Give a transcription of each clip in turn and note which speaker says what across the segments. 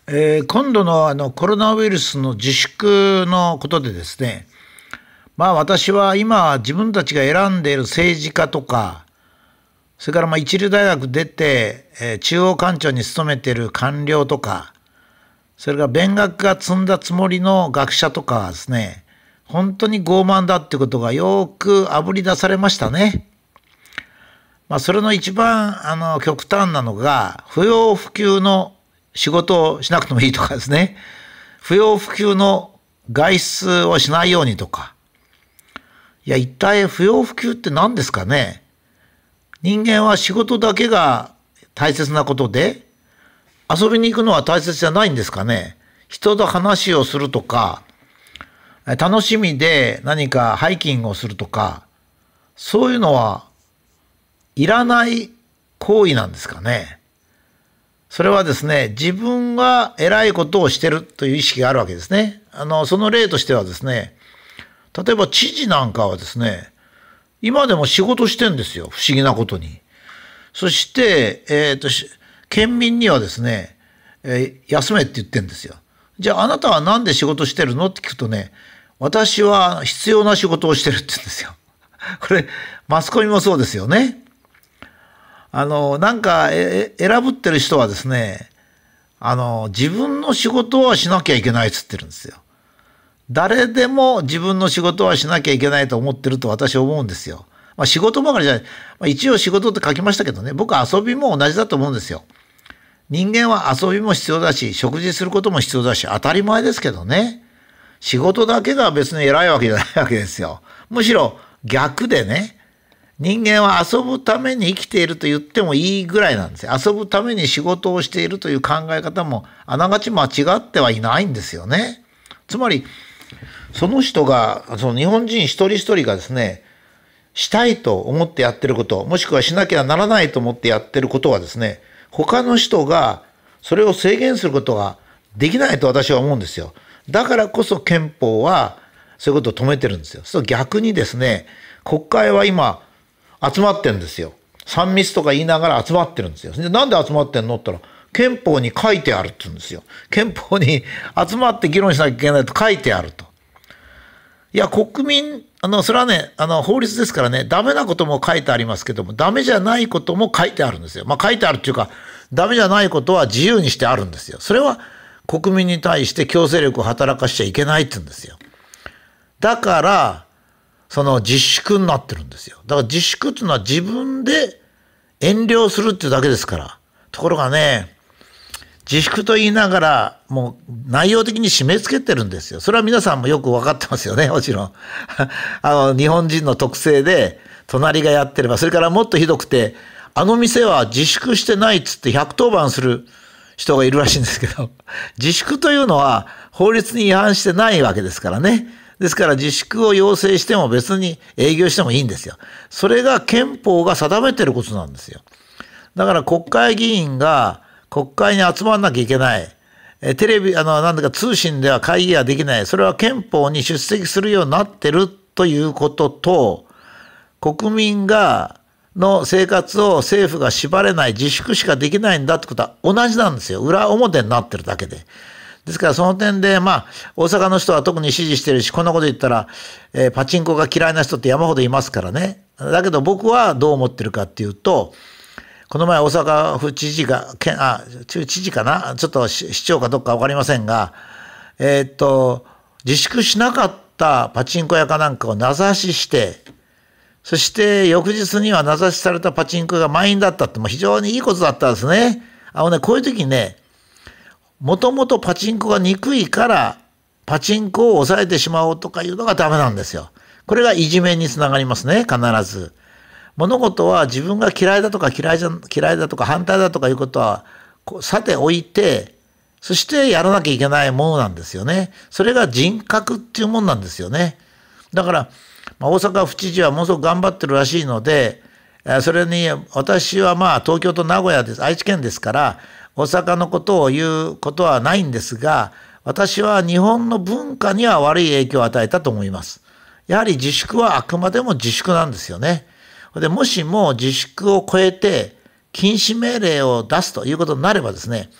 Speaker 1: 今度のコロナウイルスの自粛のことでですね、私は今自分たちが選んでいる政治家とか、それから一流大学出て、中央官庁に勤めている官僚とか、それから勉学が積んだつもりの学者とかはですね、本当に傲慢だってことがよくあぶり出されましたね。それの一番極端なのが、不要不急の仕事をしなくてもいいとかですね、不要不急の外出をしないようにとか。いや、一体不要不急って何ですかね。人間は仕事だけが大切なことで、遊びに行くのは大切じゃないんですかね。人と話をするとか、楽しみで何かハイキングをするとか、そういうのはいらない行為なんですかね。それはですね、自分が偉いことをしてるという意識があるわけですね。その例としてはですね、例えば知事なんかはですね、今でも仕事してんですよ。不思議なことに。そして、県民にはですね、休めって言ってんですよ。じゃああなたはなんで仕事してるのって聞くとね、私は必要な仕事をしてるって言うんですよ。これ、マスコミもそうですよね。なんか選ぶってる人はですね、自分の仕事はしなきゃいけないっつってるんですよ。誰でも自分の仕事はしなきゃいけないと思ってると私は思うんですよ。仕事ばかりじゃない。一応仕事って書きましたけどね、僕は遊びも同じだと思うんですよ。人間は遊びも必要だし、食事することも必要だし、当たり前ですけどね。仕事だけが別に偉いわけじゃないわけですよ。むしろ逆でね、人間は遊ぶために生きていると言ってもいいぐらいなんですよ。遊ぶために仕事をしているという考え方もあながち間違ってはいないんですよね。つまり、その人が、その日本人一人一人がですね、したいと思ってやってること、もしくはしなきゃならないと思ってやってることはですね、他の人がそれを制限することができないと私は思うんですよ。だからこそ憲法はそういうことを止めてるんですよ。そう逆にですね、国会は今集まってるんですよ。3密とか言いながら集まってるんですよ。で、なんで集まってんのって言ったら、憲法に書いてあるって言うんですよ。憲法に集まって議論しなきゃいけないと書いてあると。いや、国民、それはね、法律ですからね、ダメなことも書いてありますけども、ダメじゃないことも書いてあるんですよ。書いてあるっていうか、ダメじゃないことは自由にしてあるんですよ。それは国民に対して強制力を働かしちゃいけないって言うんですよ。だから、その自粛になってるんですよ。だから自粛っていうのは自分で遠慮するっていうだけですから。ところがね、自粛と言いながら、もう内容的に締め付けてるんですよ。それは皆さんもよく分かってますよね、もちろん。日本人の特性で、隣がやってれば、それからもっとひどくて、店は自粛してないっつって110番する人がいるらしいんですけど、自粛というのは法律に違反してないわけですからね。ですから自粛を要請しても別に営業してもいいんですよ。それが憲法が定めてることなんですよ。だから国会議員が国会に集まらなきゃいけない。テレビ、なんだか通信では会議ができない。それは憲法に出席するようになってるということと、国民の生活を政府が縛れない自粛しかできないんだってことは同じなんですよ。裏表になってるだけで。ですからその点で、大阪の人は特に支持してるし、こんなこと言ったら、パチンコが嫌いな人って山ほどいますからね。だけど僕はどう思ってるかっていうと、この前大阪府知事が、知事かなちょっと市長かどっかわかりませんが、自粛しなかったパチンコ屋かなんかを名指しして、そして翌日には名指しされたパチンコが満員だったっても非常にいいことだったんですね。こういう時にね、もともとパチンコが憎いからパチンコを抑えてしまおうとかいうのがダメなんですよ。これがいじめにつながりますね、必ず。物事は自分が嫌いだとか嫌いだとか反対だとかいうことはさておいて、そしてやらなきゃいけないものなんですよね。それが人格っていうもんなんですよね。だから、大阪府知事はものすごく頑張ってるらしいので、それに私は東京と名古屋です、愛知県ですから、大阪のことを言うことはないんですが、私は日本の文化には悪い影響を与えたと思います。やはり自粛はあくまでも自粛なんですよね。でもしも自粛を超えて禁止命令を出すということになればですね、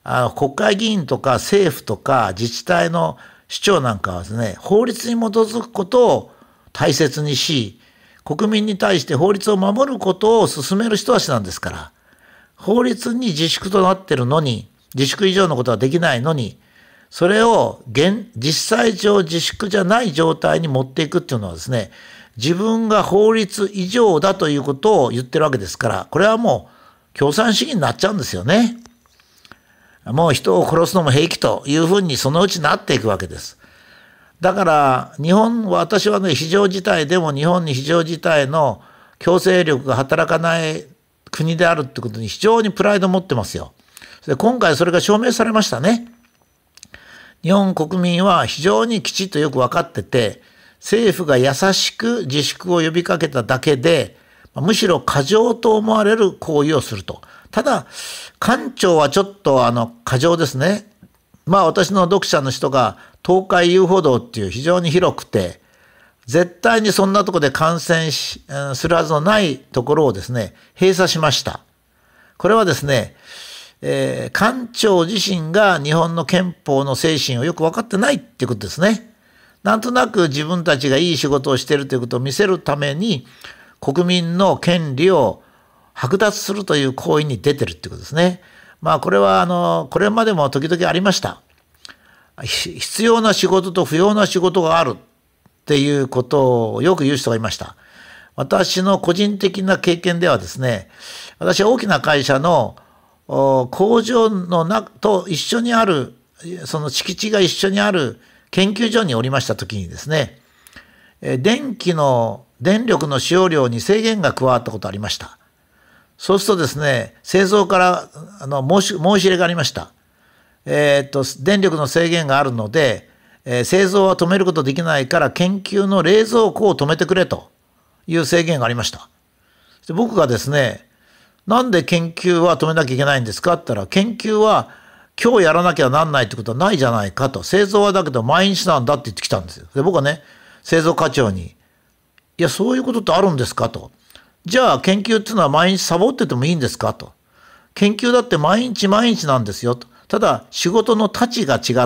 Speaker 1: 国会議員とか政府とか自治体の首長なんかはですね、法律に基づくことを大切にし、国民に対して法律を守ることを進める人たちなんですから、法律に自粛となってるのに、自粛以上のことはできないのに、それを実際上自粛じゃない状態に持っていくっていうのはですね、自分が法律以上だということを言ってるわけですから、これはもう共産主義になっちゃうんですよね。もう人を殺すのも平気というふうにそのうちなっていくわけです。だから私はね、非常事態でも日本に非常事態の強制力が働かない国であるってことに非常にプライドを持ってますよ。で、今回それが証明されましたね。日本国民は非常にきちっとよく分かってて、政府が優しく自粛を呼びかけただけで、むしろ過剰と思われる行為をすると。ただ、官庁はちょっと過剰ですね。私の読者の人が東海遊歩道っていう非常に広くて、絶対にそんなところで感染するはずのないところをですね、閉鎖しました。これはですね、官庁自身が日本の憲法の精神をよく分かってないっていうことですね。なんとなく自分たちがいい仕事をしているということを見せるために、国民の権利を剥奪するという行為に出てるっていうことですね。これはこれまでも時々ありました。必要な仕事と不要な仕事があるっていうことをよく言う人がいました。私の個人的な経験ではですね、私は大きな会社の工場と一緒にある、その敷地が一緒にある研究所におりましたときにですね、電力の使用量に制限が加わったことがありました。そうするとですね、製造から申し入れがありました。電力の制限があるので、製造は止めることできないから研究の冷蔵庫を止めてくれという制限がありました。で、僕がですね、なんで研究は止めなきゃいけないんですかって言ったら、研究は今日やらなきゃなんないってことはないじゃないかと。製造はだけど毎日なんだって言ってきたんですよ。で、僕はね、製造課長に、いや、そういうことってあるんですかと。じゃあ研究っていうのは毎日サボっててもいいんですかと。研究だって毎日毎日なんですよと。ただ仕事の太刀が違って、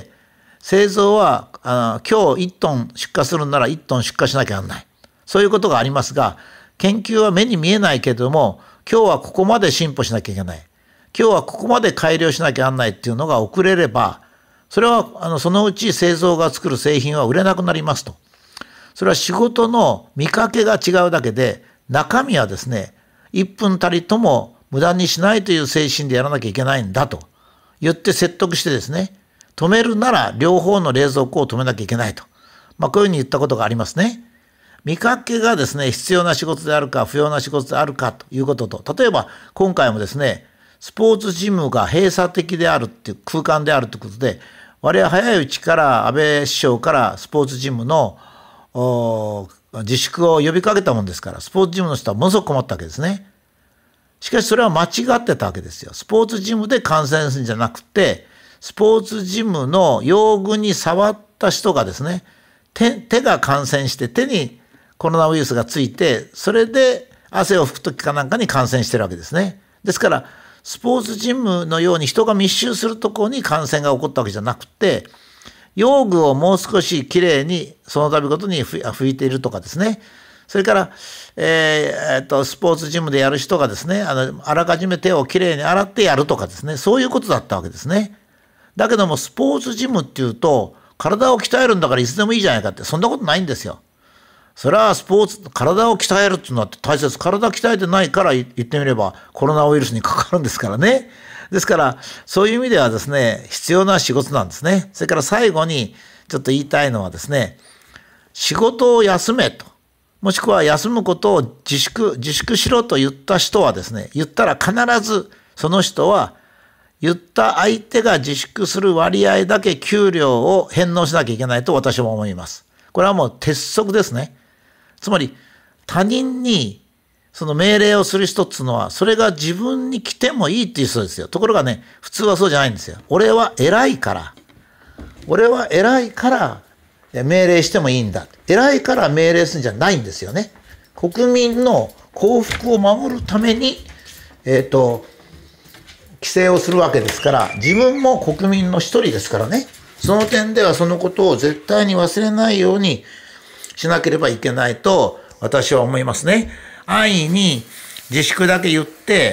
Speaker 1: 製造は今日1トン出荷するなら1トン出荷しなきゃならない。そういうことがありますが、研究は目に見えないけれども、今日はここまで進歩しなきゃいけない。今日はここまで改良しなきゃならないっていうのが遅れれば、それはそのうち製造が作る製品は売れなくなりますと。それは仕事の見かけが違うだけで、中身はですね、1分たりとも無駄にしないという精神でやらなきゃいけないんだと言って説得してですね、止めるなら両方の冷蔵庫を止めなきゃいけないと。こういうふうに言ったことがありますね。見かけがですね、必要な仕事であるか不要な仕事であるかということと、例えば今回もですね、スポーツジムが閉鎖的であるっていう空間であるということで、我々早いうちから安倍首相からスポーツジムの自粛を呼びかけたもんですから、スポーツジムの人はものすごく困ったわけですね。しかしそれは間違ってたわけですよ。スポーツジムで感染するんじゃなくて、スポーツジムの用具に触った人がですね、手が感染して手にコロナウイルスがついて、それで汗を拭くときかなんかに感染してるわけですね。ですからスポーツジムのように人が密集するところに感染が起こったわけじゃなくて、用具をもう少しきれいにその度ごとに拭いているとかですね。それから、スポーツジムでやる人がですね、あらかじめ手をきれいに洗ってやるとかですね、そういうことだったわけですね。だけどもスポーツジムっていうと、体を鍛えるんだからいつでもいいじゃないかって、そんなことないんですよ。それは体を鍛えるっていうのは大切。体鍛えてないから言ってみればコロナウイルスにかかるんですからね。ですからそういう意味ではですね、必要な仕事なんですね。それから最後にちょっと言いたいのはですね、仕事を休めと、もしくは休むことを自粛しろと言った人はですね、言ったら必ずその人は言った相手が自粛する割合だけ給料を返納しなきゃいけないと私は思います。これはもう鉄則ですね。つまり他人にその命令をする人っていうのは、それが自分に来てもいいっていう人ですよ。ところがね、普通はそうじゃないんですよ。俺は偉いから命令してもいいんだ。偉いから命令するんじゃないんですよね。国民の幸福を守るために、 規制をするわけですから、自分も国民の一人ですからね。その点ではそのことを絶対に忘れないようにしなければいけないと私は思いますね。安易に自粛だけ言って、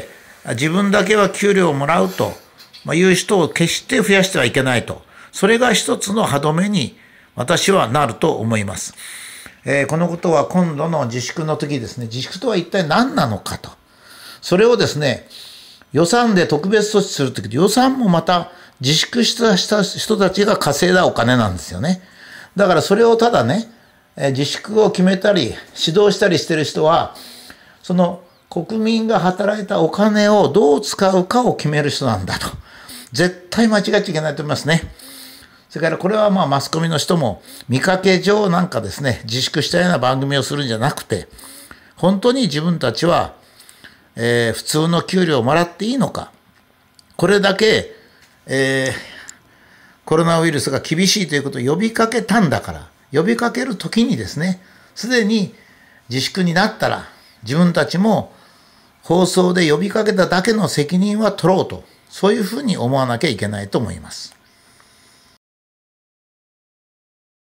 Speaker 1: 自分だけは給料をもらうという人を決して増やしてはいけないと。それが一つの歯止めに私はなると思います。このことは今度の自粛の時ですね、自粛とは一体何なのかと。それをですね、予算で特別措置するとき、予算もまた自粛した人たちが稼いだお金なんですよね。だからそれをただね、自粛を決めたり指導したりしてる人は、その国民が働いたお金をどう使うかを決める人なんだと。絶対間違っちゃいけないと思いますね。それからこれはマスコミの人も見かけ上なんかですね、自粛したような番組をするんじゃなくて、本当に自分たちは、普通の給料をもらっていいのか。これだけ、コロナウイルスが厳しいということを呼びかけたんだから、呼びかけるときにですね、すでに自粛になったら、自分たちも放送で呼びかけただけの責任は取ろうと、そういうふうに思わなきゃいけないと思います。